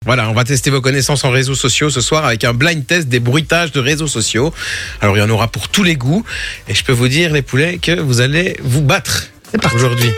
Voilà, on va tester vos connaissances en réseaux sociaux ce soir avec un blind test des bruitages de réseaux sociaux. Alors, il y en aura pour tous les goûts. Et je peux vous dire, les poulets, que vous allez vous battre aujourd'hui.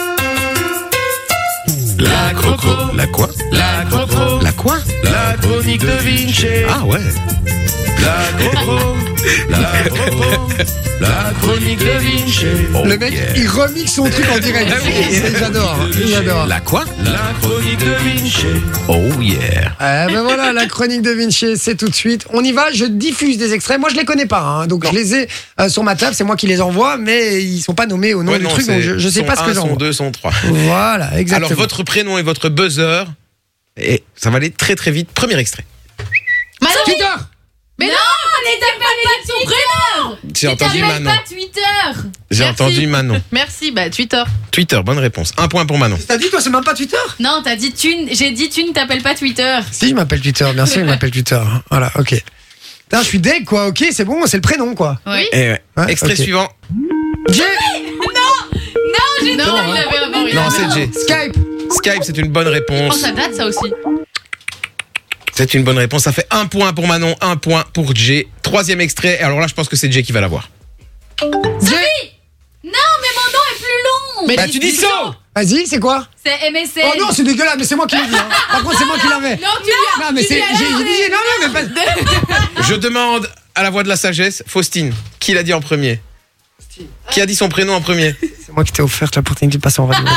La croco. La quoi? La croco. La quoi? La chronique de Vinci. Ah ouais. La croco. La croco. La chronique de Vinci. Oh, Le mec, yeah. il remixe son truc en direct. J'adore. J'adore. La quoi? La chronique de Vinci. Oh yeah. Ben voilà, la chronique de Vinci, c'est tout de suite. On y va, je diffuse des extraits. Moi, je les connais pas, hein, donc je les ai sur ma table. C'est moi qui les envoie, mais ils sont pas nommés au nom Ouais, du non, truc, donc je sais son pas ce que 1, son j'envoie. 2, son 3. Voilà, exactement. Alors, votre prénom et votre buzzer. Et ça va aller très très vite. Premier extrait. Manon. Twitter. Mais non, on n'était pas son prénom. J'ai entendu Manon. pas Twitter. J'ai Merci. entendu Manon. Merci, Twitter. Twitter, bonne réponse. 1 point pour Manon. T'as dit, toi, c'est même pas Twitter? Non, t'as dit j'ai dit tu ne t'appelles pas Twitter. Si, je m'appelle Twitter, bien sûr, il m'appelle Twitter. Voilà, ok. Putain, je suis deg, quoi, ok, c'est bon, c'est le prénom, quoi. Oui. Et ouais. Ouais, Extrait ok. suivant. Jay. Non, j'ai dit Non, il avait avant. Non, c'est Jay. Skype. Skype, c'est une bonne Je réponse. pense à date ça aussi. C'est une bonne réponse. Ça fait 1 point pour Manon, 1 point pour Jay. Troisième extrait. Alors là, je pense que c'est Jay qui va l'avoir. Jay. Non, mais mon nom est plus long. Mais Bah, tu dis ça. Vas-y, c'est quoi? C'est MSN. Oh non, c'est dégueulasse, mais c'est moi qui l'ai dit. Hein. Par contre, c'est moi qui l'avais. Non, tu viens. Non, mais c'est. J'ai dit, non, mais pas. Je demande à la voix de la sagesse, Faustine, qui l'a dit en premier? Qui a dit son prénom en premier? C'est moi qui t'ai offert l'opportunité de passer en radio.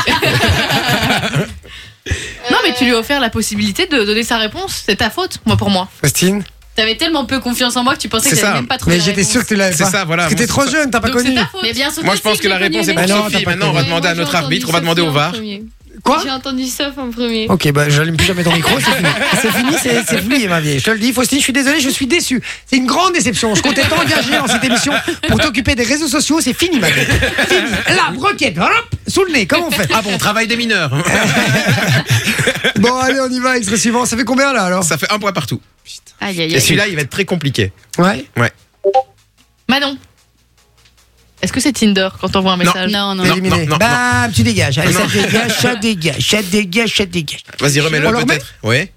Non, mais tu lui as offert la possibilité de donner sa réponse. C'est ta faute, pour moi. Faustine. T'avais tellement peu confiance en moi que tu pensais C'est que j'allais ça. même pas trouver Mais la j'étais réponse. sûr que tu l'avais C'est pas. ça, voilà. Parce que t'es Moi, trop c'est ça. jeune, t'as pas Donc c'est connu. ta faute. Mais bien sûr. Moi, je pense que la réponse est pour Mais non, Sophie. t'as pas Maintenant, on va connu. demander à notre arbitre, on va demander au VAR. Quoi? J'ai entendu Soph en premier. Ok, bah j'allume plus jamais ton micro, c'est fini. C'est fini, c'est fini, ma vieille. Je te le dis, Faustine, je suis désolé, je suis déçu. C'est une grande déception. Je comptais t'engager dans cette émission pour t'occuper des réseaux sociaux, c'est fini, ma vieille. Fini. Là, broquette, hop, sous le nez, comment on fait? Ah bon, travail des mineurs. Bon, allez, on y va, extrait suivant. Ça fait combien là alors? Ça fait 1 point partout. Aïe, aïe, Et aïe. celui-là, il va être très compliqué. Ouais. Manon. Est-ce que c'est Tinder quand t'envoies un message? Non, T'es éliminé. non, Bam, tu dégages. Allez, Non. ça dégage, ça dégage, ça dégage, ça dégage. Vas-y, remets-le On le remet peut-être. Ouais.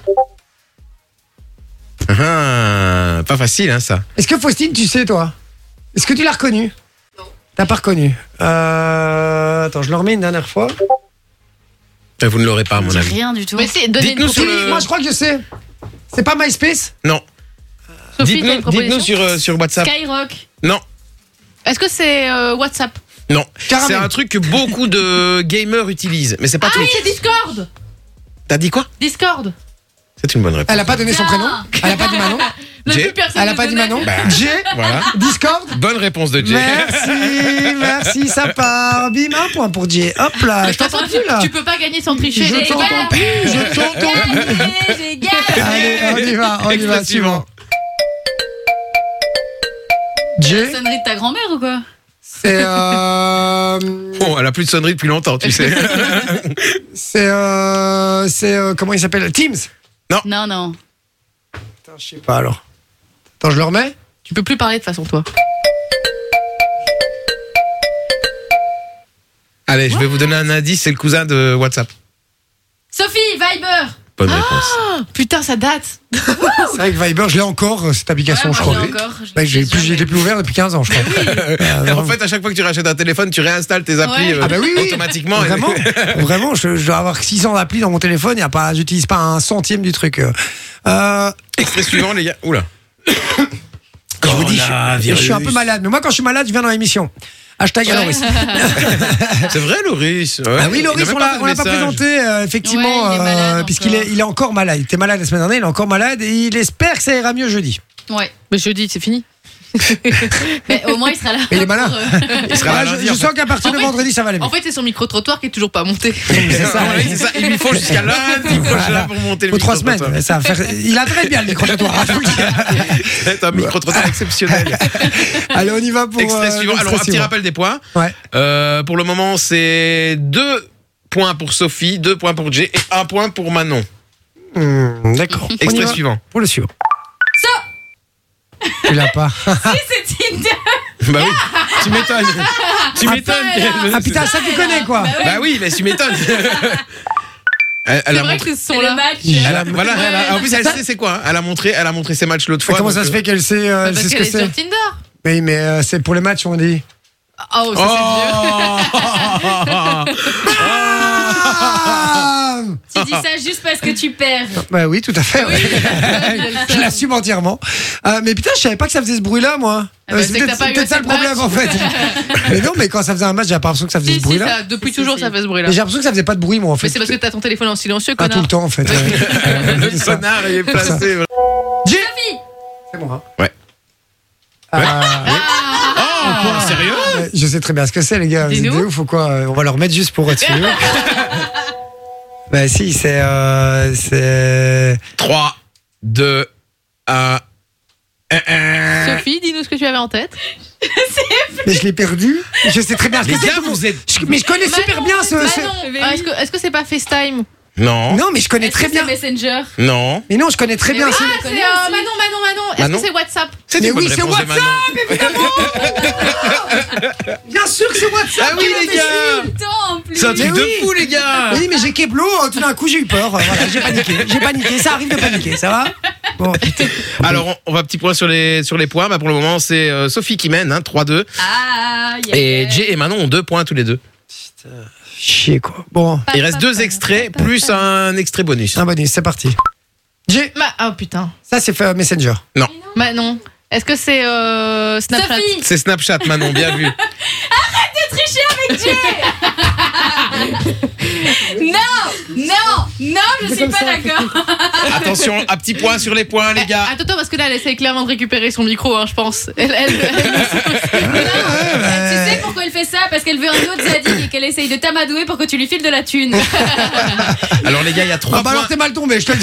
Ah, pas facile, hein, ça. Est-ce que Faustine, tu sais, toi? Est-ce que tu l'as reconnu? Non. T'as pas reconnu? Attends, je le remets une dernière fois. Vous ne l'aurez pas, à mon avis. Rien du tout. Mais c'est donner Dites-nous une sur Oui, le- moi je crois que je sais. C'est pas MySpace? Non. Sophie, t'as une Dites-nous proposition sur WhatsApp. Skyrock. Non, Est-ce que c'est WhatsApp? non. Caramel. C'est un truc que beaucoup de gamers utilisent, mais c'est pas Ah oui, Twitch. c'est Discord. T'as dit quoi? Discord. C'est une bonne réponse. Elle a pas donné son prénom? Elle a pas dit Manon? Ne Jay. plus personne Elle a ne pas dit donnait. Manon? Bah. Jay? Voilà. Discord? Bonne réponse de Jay. Merci, ça part. Bim, un point pour Jay. Hop là, De je toute façon, t'entends plus là. tu peux pas gagner sans tricher. Je J'ai t'entends gagné. plus, je t'entends plus. J'ai gagné. Allez, on y va, Extrait suivant. Jay, La sonnerie de ta grand-mère ou quoi? c'est Oh, elle a plus de sonnerie depuis longtemps, tu sais. c'est comment il s'appelle? Teams? Non, non. Putain, je sais pas alors. Attends, je le remets? Tu peux plus parler de façon toi. Allez, je vais vous donner un indice, c'est le cousin de WhatsApp. Sophie, Viber. Bonne réponse. Oh, putain, ça date. C'est vrai que Viber, je l'ai encore, cette application, je Ouais, crois. moi, je l'ai encore. Ouais, je l'ai plus ouvert depuis 15 ans, je crois. Et en fait, à chaque fois que tu rachètes un téléphone, tu réinstalles tes applis Ouais. Ah bah oui, oui. automatiquement. Vraiment, vraiment, je dois avoir 600 applis dans mon téléphone. J'utilise pas un centième du truc. Extrait suivant, les gars. Oula. Je vous dis, je suis un peu malade. Mais moi, quand je suis malade, je viens dans l'émission. Hashtag Loris. C'est vrai, Loris. Ouais. Ah oui, Il a Loris, même on pas fait de l'a pas message. présenté, effectivement, Ouais, il est malade puisqu'il encore. il est encore malade. Il était malade la semaine dernière, il est encore malade et il espère que ça ira mieux jeudi. Ouais. Mais jeudi, c'est fini. Mais au moins, il sera là. Mais il est malin. pour, Il sera Ah, là je lundi, en sens qu'à partir En de fait- vendredi, ça va aller mieux. En fait, c'est son micro-trottoir qui est toujours pas monté. C'est ça. Ah, oui, c'est ça. Il lui faut jusqu'à lundi prochain pour monter le Faut 3 micro-trottoir. semaines. Ça va faire... Il a très bien le micro-trottoir. hein, je vous le dis. C'est un micro-trottoir exceptionnel. Allez, on y va pour. Extrait suivant. Alors, un l'extrait petit suivant. rappel des points. Ouais. Pour le moment, c'est 2 points pour Sophie, 2 points pour Jay et 1 point pour Manon. D'accord. On y Extrait va suivant. pour le suivant. Ça, Tu l'as pas. c'est Tinder. Bah oui, tu m'étonnes. Tu m'étonnes. Ah putain, ça tu connais quoi. Bah oui, mais tu m'étonnes. Elle C'est a vrai montré. que ce C'est sont le là. match. Voilà, en plus, elle sait c'est quoi. Hein. Elle a montré ses matchs l'autre fois. Comment ça donc, se fait qu'elle sait, elle Parce sait ce qu'elle que est sur c'est Tinder. Oui, mais c'est pour les matchs, on dit. Oh, ça c'est Ah Tu dis ça juste parce que tu perds. Bah oui, tout à fait. ouais. vieux. Je l'assume entièrement. Mais putain, je savais pas que ça faisait ce bruit-là, moi. Ah bah, C'est c'est que peut-être t'as pas eu peut-être ça assez le de problème, matchs. en fait. Mais non, mais quand ça faisait un match, j'avais pas l'impression que ça faisait Si, ce si, bruit-là. ça, depuis toujours, ça fait ce bruit-là. Mais j'ai l'impression que ça faisait pas de bruit, moi, en fait. Mais c'est parce que t'as ton téléphone en silencieux, Ah, tout connard. le temps, en fait. Le C'est ça. connard, il est placé. voilà. J'ai- C'est moi. Hein. Ouais. Ah, Oh, sérieux je sais très bien ce que c'est, les gars. Vous êtes des Dis-nous. ouf ou quoi On va le remettre juste pour être sûr. Bah si, c'est 3, 2, 1. Sophie, dis-nous ce que tu avais en tête. Mais je l'ai perdu. Je sais très bien ce que Les c'est. gars, vous êtes. Mais je connais super bien ce. Est-ce que c'est pas FaceTime? Non. Non, mais je connais Est-ce très que bien. c'est Messenger? Non. Mais non, je connais très bien. Ah, c'est- c'est connais aussi. Manon. Est-ce Manon que c'est WhatsApp? C'est Mais une bonne oui, c'est réponse de WhatsApp, Manon. Bien sûr que c'est WhatsApp. Ah oui, les gars. Tout le temps en plus. C'est un truc Mais de oui. fou, les gars. Oui, mais j'ai Keblo, tout d'un coup j'ai eu peur. Voilà, j'ai paniqué, ça arrive de paniquer, ça va. Bon, putain. Alors, on va petit point sur les points. Bah, pour le moment, c'est Sophie qui mène, hein, 3-2. Ah, yeah, Et yeah. Jay et Manon ont 2 points tous les deux. Chier quoi. Bon, Il reste 2 extraits plus un extrait bonus. un bonus, c'est parti. J'ai. Oh putain. Ça c'est fait Messenger. Manon. Est-ce que c'est Snapchat? Sophie, C'est Snapchat, Manon, bien vu. tricher avec Jay. Non, je suis pas d'accord. Attention, un petit point sur les points, les gars. Attends, parce que là, elle essaie clairement de récupérer son micro, hein, je pense. Tu sais pourquoi elle fait ça? Parce qu'elle veut un autre Zadig et qu'elle essaye de t'amadouer pour que tu lui files de la thune. Alors, les gars, il y a 3 Ah bah points. alors t'es mal tombé, je te le dis.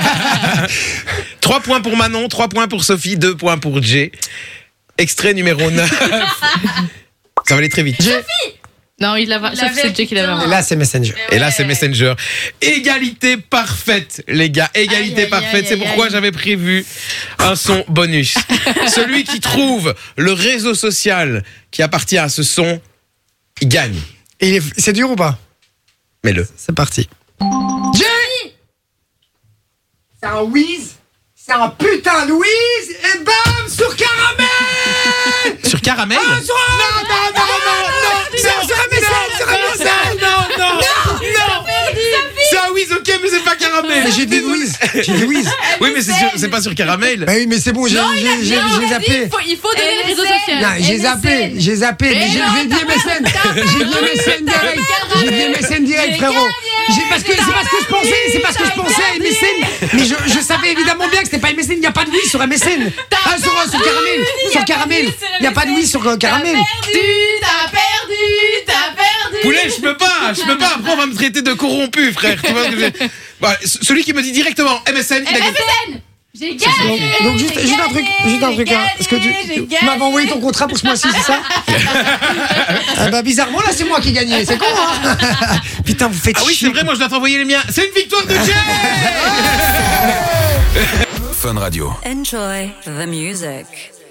3 points pour Manon, 3 points pour Sophie, 2 points pour Jay. Extrait numéro 9. Ça va aller très vite. Non, il l'avait. Il Sauf l'avait, c'est Jay qui l'avait. Et putain. là c'est Messenger. Et là, c'est Messenger. Égalité parfaite, les gars. Égalité Aïe, aïe, parfaite. aïe, C'est aïe, pourquoi aïe. j'avais prévu un son bonus. Celui qui trouve le réseau social qui appartient à ce son, il gagne. Et c'est dur ou pas? Mets-le. C'est parti. J'ai. C'est un whiz. C'est un putain de whiz. Et bam sur caramel. Sur Caramel Non, sur un message, sur un message. Non C'est un whiz, ok, mais c'est pas Caramel. Mais j'ai dit whiz. J'ai dit whiz. Oui, mais c'est pas sur Caramel. Bah oui, mais c'est bon, j'ai zappé. Il faut donner le réseau MSN. social. Non, j'ai zappé, mais j'ai dit MSN. J'ai dit MSN direct. J'ai dit MSN direct, frérot. C'est parce que je pensais à MSN. Mais je savais évidemment bien que c'était pas MSN. Il n'y a pas de oui sur MSN. Ah, sur Caramel. Sur Caramel. Il n'y a pas de oui sur Caramel. T'as perdu. Poulet, je peux pas. Après, on va me traiter de corrompu, frère. Tu vois ce que je... Voilà, celui qui me dit directement MSN, il a gagné. J'ai gagné. Donc juste un truc, hein. Parce que tu m'avais envoyé ton contrat pour ce mois-ci, c'est ça? Ah bah bizarrement là c'est moi qui ai gagné, c'est con hein. Putain vous faites Ah oui, chier. c'est vrai, moi je dois t'envoyer les miens. C'est une victoire de Jay. Fun Radio. Enjoy the music.